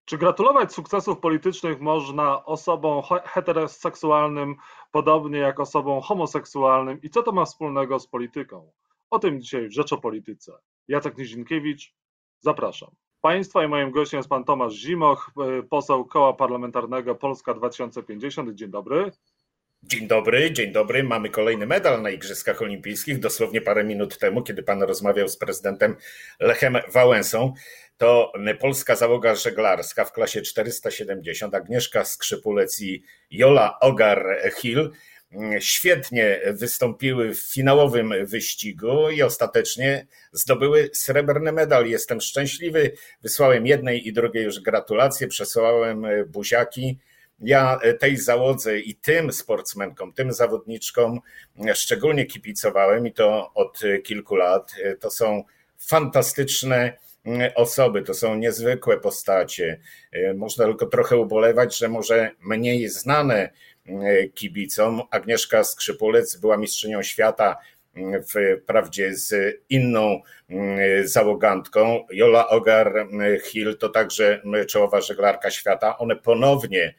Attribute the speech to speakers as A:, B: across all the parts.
A: Czy gratulować sukcesów politycznych można osobom heteroseksualnym podobnie jak osobom homoseksualnym i co to ma wspólnego z polityką? O tym dzisiaj w Rzecz o Polityce. Jacek Nizinkiewicz, zapraszam. Państwa i moim gościem jest pan Tomasz Zimoch, poseł Koła Parlamentarnego Polska 2050. Dzień dobry.
B: Dzień dobry. Mamy kolejny medal na Igrzyskach Olimpijskich. Dosłownie parę minut temu, kiedy pan rozmawiał z prezydentem Lechem Wałęsą, to polska załoga żeglarska w klasie 470, Agnieszka Skrzypulec i Jola Ogar-Hill świetnie wystąpiły w finałowym wyścigu i ostatecznie zdobyły srebrny medal. Jestem szczęśliwy. Wysłałem jednej i drugiej już gratulacje, przesłałem buziaki. Ja tej załodze i tym sportsmenkom, tym zawodniczkom szczególnie kibicowałem i to od kilku lat. To są fantastyczne osoby, to są niezwykłe postacie. Można tylko trochę ubolewać, że może mniej znane kibicom. Agnieszka Skrzypulec była mistrzynią świata, wprawdzie z inną załogantką. Jola Ogar-Hill to także czołowa żeglarka świata. One ponownie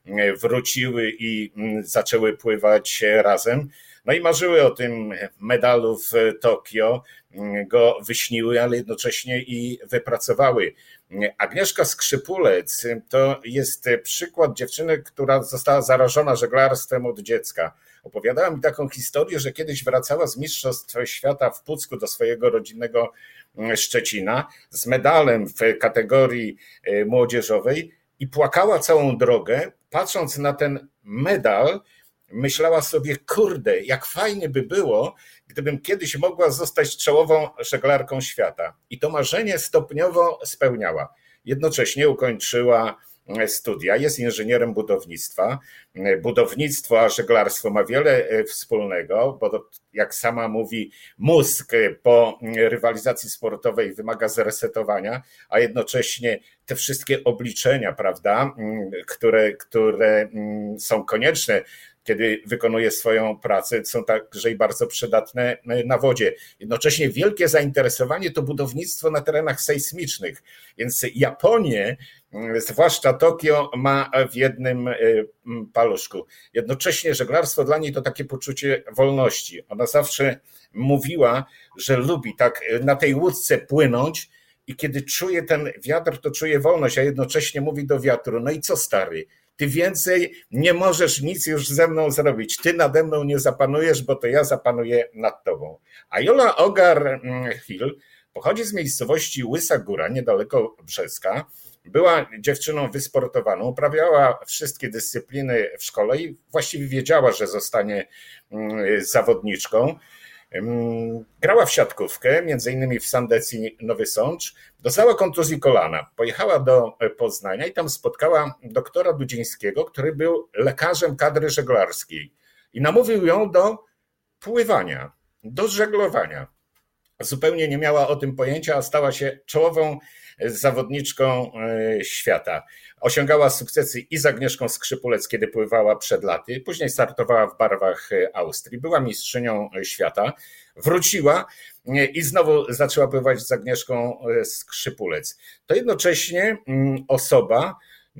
B: wróciły i zaczęły pływać razem. No i marzyły o tym medalu w Tokio, go wyśniły, ale jednocześnie i wypracowały. Agnieszka Skrzypulec to jest przykład dziewczyny, która została zarażona żeglarstwem od dziecka. Opowiadała mi taką historię, że kiedyś wracała z Mistrzostw Świata w Pucku do swojego rodzinnego Szczecina z medalem w kategorii młodzieżowej i płakała całą drogę, patrząc na ten medal. Myślała sobie, kurde, jak fajnie by było, gdybym kiedyś mogła zostać czołową żeglarką świata. I to marzenie stopniowo spełniała. Jednocześnie ukończyła studia, jest inżynierem budownictwa. Budownictwo a żeglarstwo ma wiele wspólnego, bo jak sama mówi, mózg po rywalizacji sportowej wymaga zresetowania, a jednocześnie te wszystkie obliczenia, prawda, które są konieczne, kiedy wykonuje swoją pracę, są także i bardzo przydatne na wodzie. Jednocześnie wielkie zainteresowanie to budownictwo na terenach sejsmicznych, więc Japonię, zwłaszcza Tokio, ma w jednym paluszku. Jednocześnie żeglarstwo dla niej to takie poczucie wolności. Ona zawsze mówiła, że lubi tak na tej łódce płynąć i kiedy czuje ten wiatr, to czuje wolność, a jednocześnie mówi do wiatru, no i co stary? Ty więcej nie możesz nic już ze mną zrobić. Ty nade mną nie zapanujesz, bo to ja zapanuję nad tobą. A Jola Ogar-Hill pochodzi z miejscowości Łysa Góra, niedaleko Brzeska. Była dziewczyną wysportowaną, uprawiała wszystkie dyscypliny w szkole i właściwie wiedziała, że zostanie zawodniczką. Grała w siatkówkę, między innymi w Sandecji Nowy Sącz, dostała kontuzji kolana, pojechała do Poznania i tam spotkała doktora Dudzińskiego, który był lekarzem kadry żeglarskiej i namówił ją do pływania, do żeglowania. Zupełnie nie miała o tym pojęcia, a stała się czołową zawodniczką świata. Osiągała sukcesy i z Agnieszką Skrzypulec, kiedy pływała przed laty, później startowała w barwach Austrii, była mistrzynią świata, wróciła i znowu zaczęła pływać z Agnieszką Skrzypulec. To jednocześnie osoba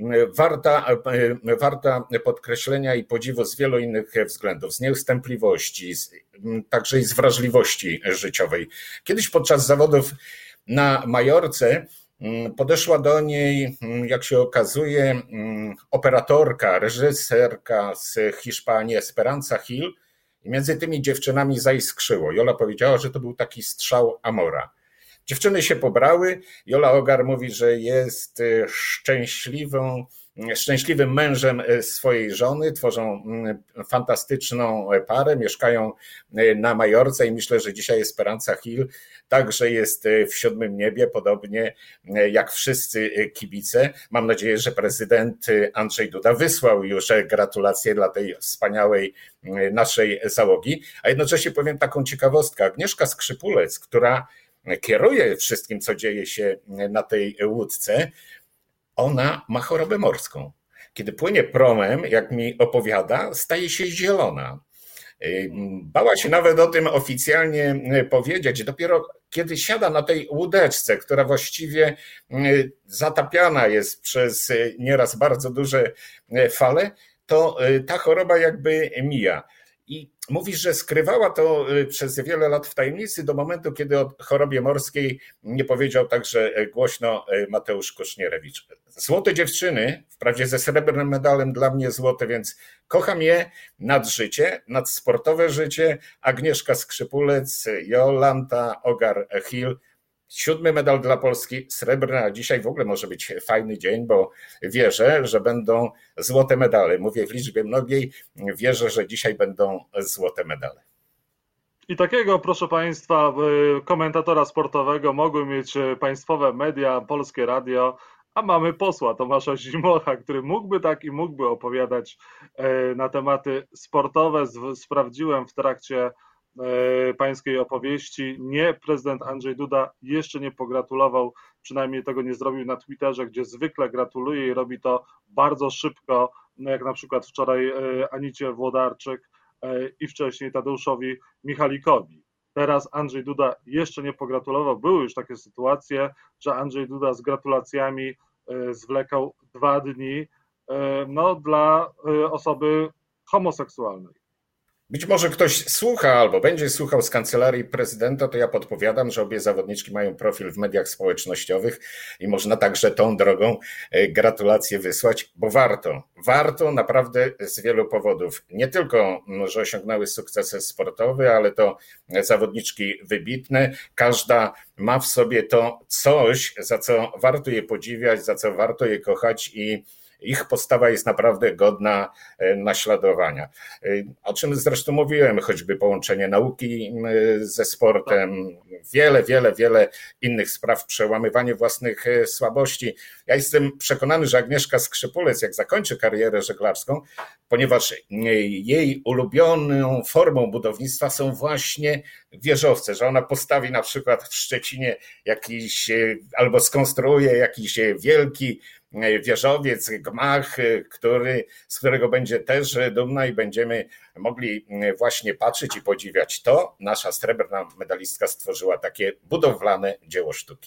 B: warta podkreślenia i podziwu z wielu innych względów, z nieustępliwości, także i z wrażliwości życiowej. Kiedyś podczas zawodów na Majorce podeszła do niej, jak się okazuje, operatorka, reżyserka z Hiszpanii, Esperanza Hill, i między tymi dziewczynami zaiskrzyło. Jola powiedziała, że to był taki strzał Amora. Dziewczyny się pobrały. Jola Ogar mówi, że jest szczęśliwym mężem swojej żony, tworzą fantastyczną parę, mieszkają na Majorce i myślę, że dzisiaj Esperanza Hill także jest w siódmym niebie, podobnie jak wszyscy kibice. Mam nadzieję, że prezydent Andrzej Duda wysłał już gratulacje dla tej wspaniałej naszej załogi, a jednocześnie powiem taką ciekawostkę. Agnieszka Skrzypulec, która kieruje wszystkim, co dzieje się na tej łódce, ona ma chorobę morską. Kiedy płynie promem, jak mi opowiada, staje się zielona. Bała się nawet o tym oficjalnie powiedzieć. Dopiero kiedy siada na tej łódeczce, która właściwie zatapiana jest przez nieraz bardzo duże fale, to ta choroba jakby mija. I mówisz, że skrywała to przez wiele lat w tajemnicy do momentu, kiedy o chorobie morskiej nie powiedział także głośno Mateusz Kusznierewicz. Złote dziewczyny, wprawdzie ze srebrnym medalem, dla mnie złote, więc kocham je nad życie, nad sportowe życie. Agnieszka Skrzypulec, Jolanta Ogar-Hill. 7. medal dla Polski, srebrny, a dzisiaj w ogóle może być fajny dzień, bo wierzę, że będą złote medale. Mówię w liczbie mnogiej, wierzę, że dzisiaj będą złote medale.
A: I takiego, proszę Państwa, komentatora sportowego mogły mieć państwowe media, Polskie Radio, a mamy posła Tomasza Zimocha, który mógłby opowiadać na tematy sportowe. Sprawdziłem w trakcie pańskiej opowieści. Nie, prezydent Andrzej Duda jeszcze nie pogratulował, przynajmniej tego nie zrobił na Twitterze, gdzie zwykle gratuluje i robi to bardzo szybko, jak na przykład wczoraj Anicie Włodarczyk i wcześniej Tadeuszowi Michalikowi. Teraz Andrzej Duda jeszcze nie pogratulował. Były już takie sytuacje, że Andrzej Duda z gratulacjami zwlekał 2 dni dla osoby homoseksualnej.
B: Być może ktoś słucha albo będzie słuchał z kancelarii prezydenta, to ja podpowiadam, że obie zawodniczki mają profil w mediach społecznościowych i można także tą drogą gratulacje wysłać, bo warto naprawdę z wielu powodów. Nie tylko, że osiągnęły sukcesy sportowe, ale to zawodniczki wybitne. Każda ma w sobie to coś, za co warto je podziwiać, za co warto je kochać i ich postawa jest naprawdę godna naśladowania. O czym zresztą mówiłem, choćby połączenie nauki ze sportem, wiele innych spraw, przełamywanie własnych słabości. Ja jestem przekonany, że Agnieszka Skrzypulec, jak zakończy karierę żeglarską, ponieważ jej ulubioną formą budownictwa są właśnie wieżowce, że ona postawi na przykład w Szczecinie jakiś, albo skonstruuje jakiś wielki wieżowiec, gmach, z którego będzie też dumna i będziemy mogli właśnie patrzeć i podziwiać to. Nasza srebrna medalistka stworzyła takie budowlane dzieło sztuki.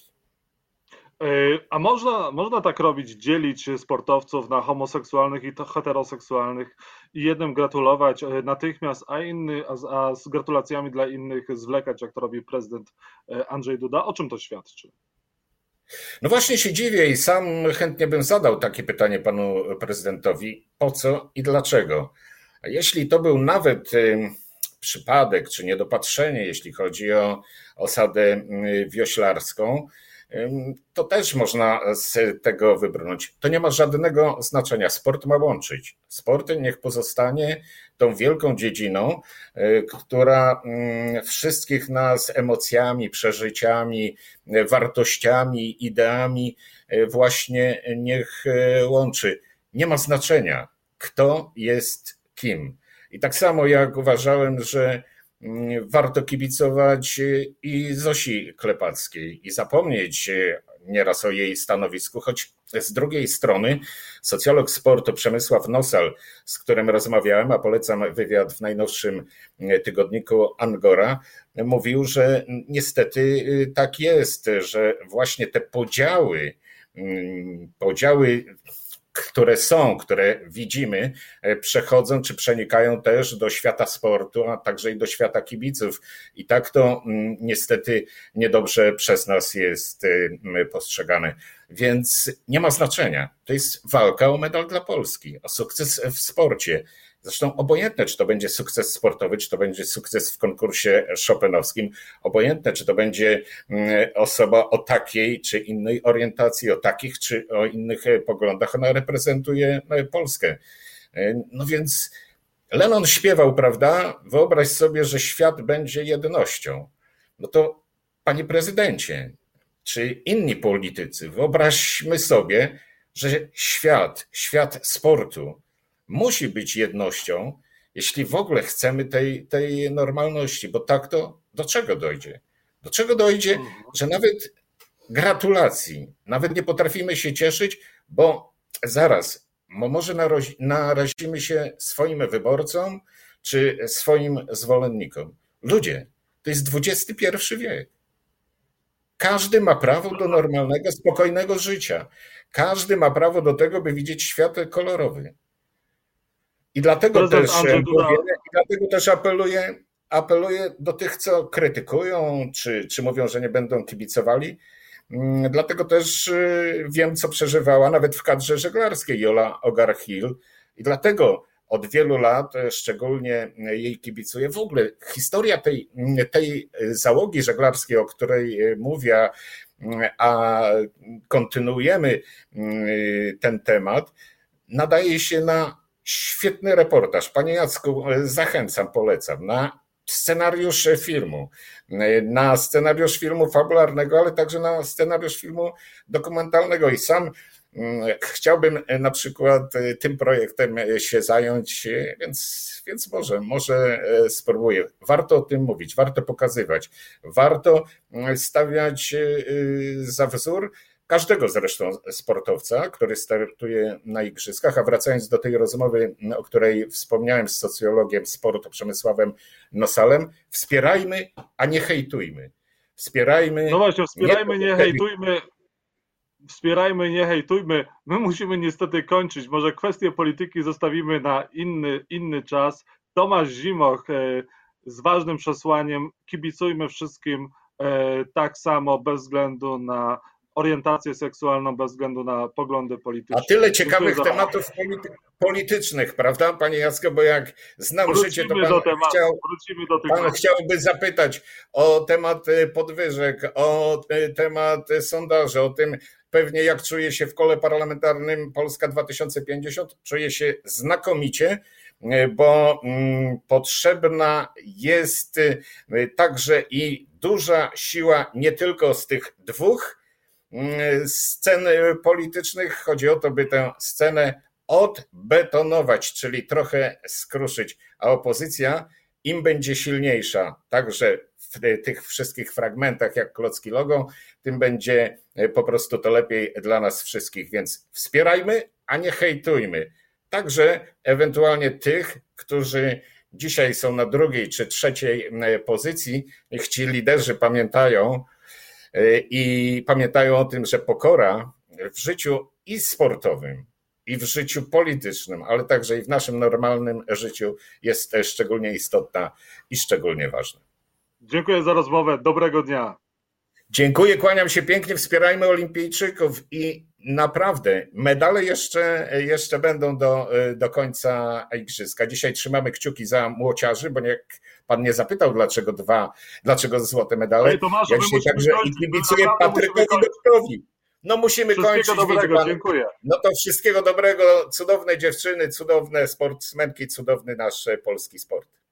A: A można tak robić, dzielić sportowców na homoseksualnych i heteroseksualnych i jednym gratulować natychmiast, a z gratulacjami dla innych zwlekać, jak to robi prezydent Andrzej Duda? O czym to świadczy?
B: No właśnie się dziwię i sam chętnie bym zadał takie pytanie panu prezydentowi. Po co i dlaczego? A jeśli to był nawet przypadek czy niedopatrzenie, jeśli chodzi o osadę wioślarską, to też można z tego wybrnąć. To nie ma żadnego znaczenia. Sport ma łączyć. Sport niech pozostanie tą wielką dziedziną, która wszystkich nas emocjami, przeżyciami, wartościami, ideami właśnie niech łączy. Nie ma znaczenia, kto jest kim. I tak samo jak uważałem, że warto kibicować i Zosi Klepackiej i zapomnieć nieraz o jej stanowisku, choć z drugiej strony socjolog sportu Przemysław Nosal, z którym rozmawiałem, a polecam wywiad w najnowszym tygodniku Angora, mówił, że niestety tak jest, że właśnie te podziały, które widzimy, przechodzą czy przenikają też do świata sportu, a także i do świata kibiców. I tak to niestety niedobrze przez nas jest postrzegane. Więc nie ma znaczenia. To jest walka o medal dla Polski, o sukces w sporcie. Zresztą obojętne, czy to będzie sukces sportowy, czy to będzie sukces w konkursie chopinowskim, obojętne, czy to będzie osoba o takiej czy innej orientacji, o takich czy o innych poglądach, ona reprezentuje Polskę. No więc Lennon śpiewał, prawda? Wyobraź sobie, że świat będzie jednością. No to, panie prezydencie, czy inni politycy, wyobraźmy sobie, że świat sportu musi być jednością, jeśli w ogóle chcemy tej normalności, bo tak to do czego dojdzie? Do czego dojdzie, że nawet gratulacji, nawet nie potrafimy się cieszyć, bo zaraz, może narazimy się swoim wyborcom, czy swoim zwolennikom. Ludzie, to jest XXI wiek. Każdy ma prawo do normalnego, spokojnego życia. Każdy ma prawo do tego, by widzieć świat kolorowy. I dlatego też apeluję do tych, co krytykują, czy mówią, że nie będą kibicowali. Dlatego też wiem, co przeżywała nawet w kadrze żeglarskiej Jola Ogar-Hill. I dlatego od wielu lat szczególnie jej kibicuję. W ogóle historia tej załogi żeglarskiej, o której mówię, a kontynuujemy ten temat, nadaje się na świetny reportaż. Panie Jacku, zachęcam, polecam na scenariusz filmu fabularnego, ale także na scenariusz filmu dokumentalnego. I sam chciałbym na przykład tym projektem się zająć, więc może spróbuję. Warto o tym mówić, warto pokazywać, warto stawiać za wzór każdego zresztą sportowca, który startuje na igrzyskach. A wracając do tej rozmowy, o której wspomniałem z socjologiem sportu Przemysławem Nosalem, wspierajmy, a nie hejtujmy.
A: No właśnie, wspierajmy, nie hejtujmy. My musimy niestety kończyć. Może kwestie polityki zostawimy na inny czas. Tomasz Zimoch z ważnym przesłaniem: kibicujmy wszystkim tak samo, bez względu na orientację seksualną, bez względu na poglądy polityczne.
B: A tyle ciekawych tematów politycznych, prawda, panie Jacku, bo jak znam życie, to pan chciałby zapytać o temat podwyżek, o temat sondaży, o tym pewnie jak czuje się w kole parlamentarnym Polska 2050. Czuje się znakomicie, bo potrzebna jest także i duża siła nie tylko z tych dwóch scen politycznych. Chodzi o to, by tę scenę odbetonować, czyli trochę skruszyć, a opozycja im będzie silniejsza, także w tych wszystkich fragmentach jak klocki Lego, tym będzie po prostu to lepiej dla nas wszystkich, więc wspierajmy, a nie hejtujmy. Także ewentualnie tych, którzy dzisiaj są na drugiej czy trzeciej pozycji, niech ci liderzy pamiętają o tym, że pokora w życiu i sportowym, i w życiu politycznym, ale także i w naszym normalnym życiu jest szczególnie istotna i szczególnie ważna.
A: Dziękuję za rozmowę. Dobrego dnia.
B: Dziękuję, kłaniam się pięknie, wspierajmy olimpijczyków i naprawdę medale jeszcze będą do końca igrzyska. Dzisiaj trzymamy kciuki za młociarzy, bo jak pan nie zapytał, dlaczego złote medale,
A: Tomaszu,
B: ja dzisiaj także i kibicuję Patrykowi Dopkowi. No musimy kończyć.
A: Dobrego, dziękuję.
B: No to wszystkiego dobrego, cudowne dziewczyny, cudowne sportsmenki, cudowny nasz polski sport.